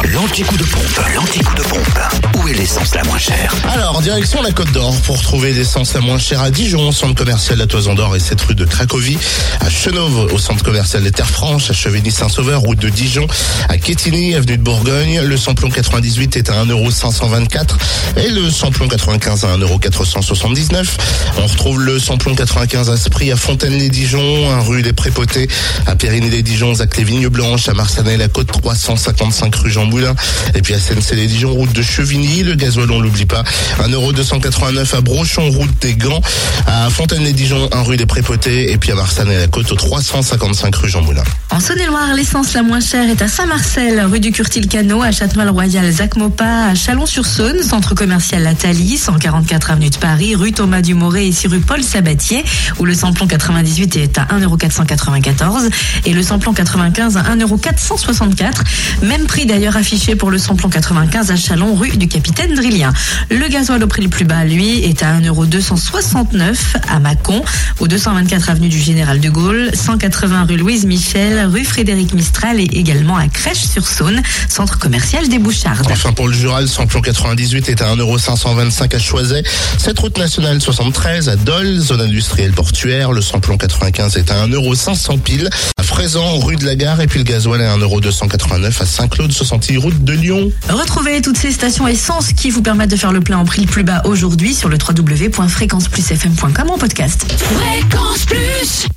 L'anti-coup de pompe. Où est l'essence la moins chère? Alors, direction la Côte d'Or pour trouver l'essence la moins chère à Dijon, centre commercial La Toison d'Or et 7 rue de Cracovie, à Chenôve, au centre commercial des Terres Franches, à Chevigny-Saint-Sauveur, route de Dijon, à Quetigny, avenue de Bourgogne. Le samplon 98 est à 1,524 € et le samplon 95 à 1,479 €. On retrouve le samplon 95 à ce prix à Fontaine-les-Dijon, à rue des Prépotés, à Périgny-les-Dijon, Zac les Vignes Blanches, à Marsanais-la-Côte, 355 rue Jean Moulin, et puis à Sennecey-les-Dijon, route de Chevigny. Le gasoil, on l'oublie pas, 1,289 € à Brochon, route des Gants, à Fontaine-les-Dijon, 1 rue des Prépotés, et puis à Marsanais-la-Côte, 355 rue Jean Moulin. En Saône-et-Loire, l'essence la moins chère est à Saint-Marcel, rue du Curtil-Canot, à Châtenois-le-Royal, Zac-Maupas, à Chalon-sur-Saône, centre commercial La Thalie, 144 avenue de Paris, rue Thomas Dumoré et 6 rue Paul Sabatier, où le samplon 98 est à 1,494 € et le samplon 95 à 1,464 €. Même prix d'ailleurs affiché pour le samplon 95 à Chalon, rue du Capitaine Drillien. Le gasoil au prix le plus bas, lui, est à 1,269 € à Mâcon, au 224 avenue du Général de Gaulle, 180 rue Louise Michel, rue Frédéric Mistral et également à Crèche-sur-Saône, centre commercial des Bouchardes. Enfin, pour le Jural, samplon 98 est à 1,525 € à Choiset, cette route nationale 73 à Dole, zone industrielle portuaire. Le samplon 95 est à 1,500 € pile à Fraisan, rue de la Gare, et puis le gasoil est à 1,289 € à Saint-Claude, 60 route de Lyon. Retrouvez toutes ces stations essence qui vous permettent de faire le plein en prix le plus bas aujourd'hui sur le www.fréquenceplusfm.com en podcast. Fréquence Plus.